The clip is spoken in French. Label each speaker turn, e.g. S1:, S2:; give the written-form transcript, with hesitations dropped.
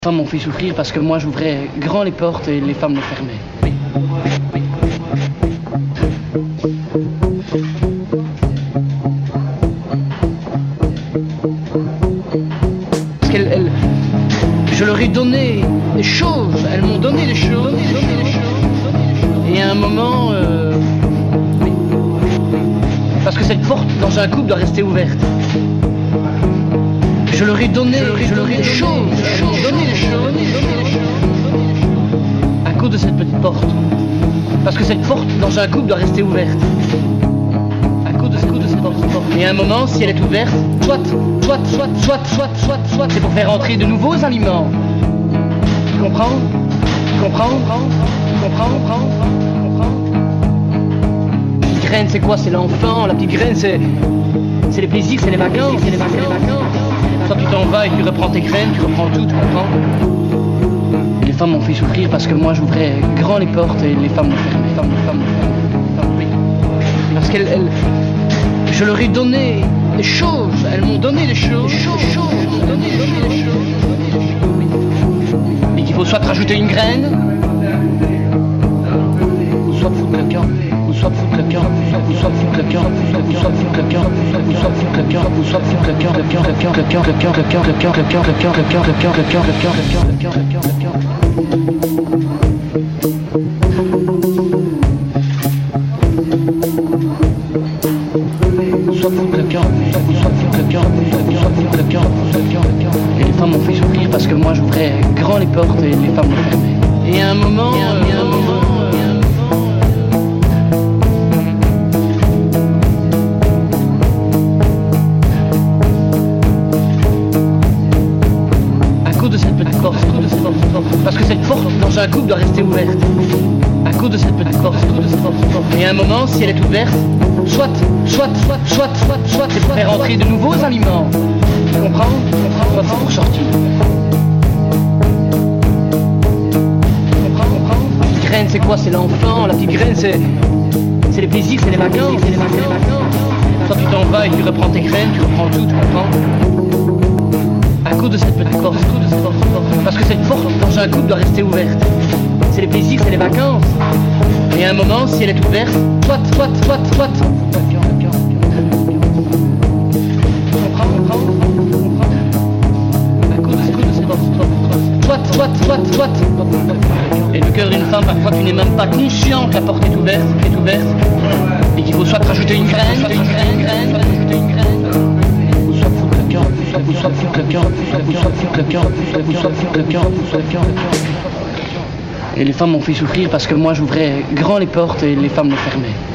S1: Les femmes m'ont fait souffrir parce que moi j'ouvrais grand les portes et les femmes les fermaient. Oui. Oui. Parce je leur ai donné des choses, elles m'ont donné des choses. Et à un moment, oui. Parce que cette porte dans un couple doit rester ouverte. Je leur ai donné des choses, à cause de cette petite porte. Parce que cette porte dans un couple doit rester ouverte. À cause de cette porte. Et à un moment, si elle est ouverte, soit, c'est pour faire entrer de nouveaux aliments. Tu comprends? La petite graine, c'est quoi? C'est l'enfant. La petite graine, c'est les plaisirs, c'est les vacances. Toi, tu t'en vas et tu reprends tes graines, tu reprends tout, tu comprends? Et les femmes m'ont fait souffrir parce que moi j'ouvrais grand les portes et les femmes me fermaient. Oui. Parce je leur ai donné des choses, elles m'ont donné des choses. Et qu'il faut soit te rajouter une graine, ou soit foutre le camp. Et les femmes m'ont fait souffrir parce que moi j'ouvrais grand les portes et les femmes me fermaient. Et à un moment, parce que cette porte dans un couple doit rester ouverte. À cause de cette petite porte. Et à un moment, si elle est ouverte, soit, c'est pour faire entrer de nouveaux aliments. Tu comprends? Soit c'est pour sortir. La petite graine, c'est quoi? C'est l'enfant. La petite graine, c'est les plaisirs, c'est les vacances. Toi, tu t'en vas et tu reprends tes graines, tu reprends tout, tu comprends? À cause de cette petite porte. Parce que cette porte dans un couple doit rester ouverte. C'est les plaisirs, c'est les vacances. Et à un moment, si elle est ouverte, soit. À cause de cette porte. Soit. Et le cœur d'une femme, parfois tu n'es même pas conscient que la porte est ouverte. Et qu'il faut soit rajouter une graine. Et les femmes m'ont fait souffrir parce que moi j'ouvrais grand les portes et les femmes me fermaient.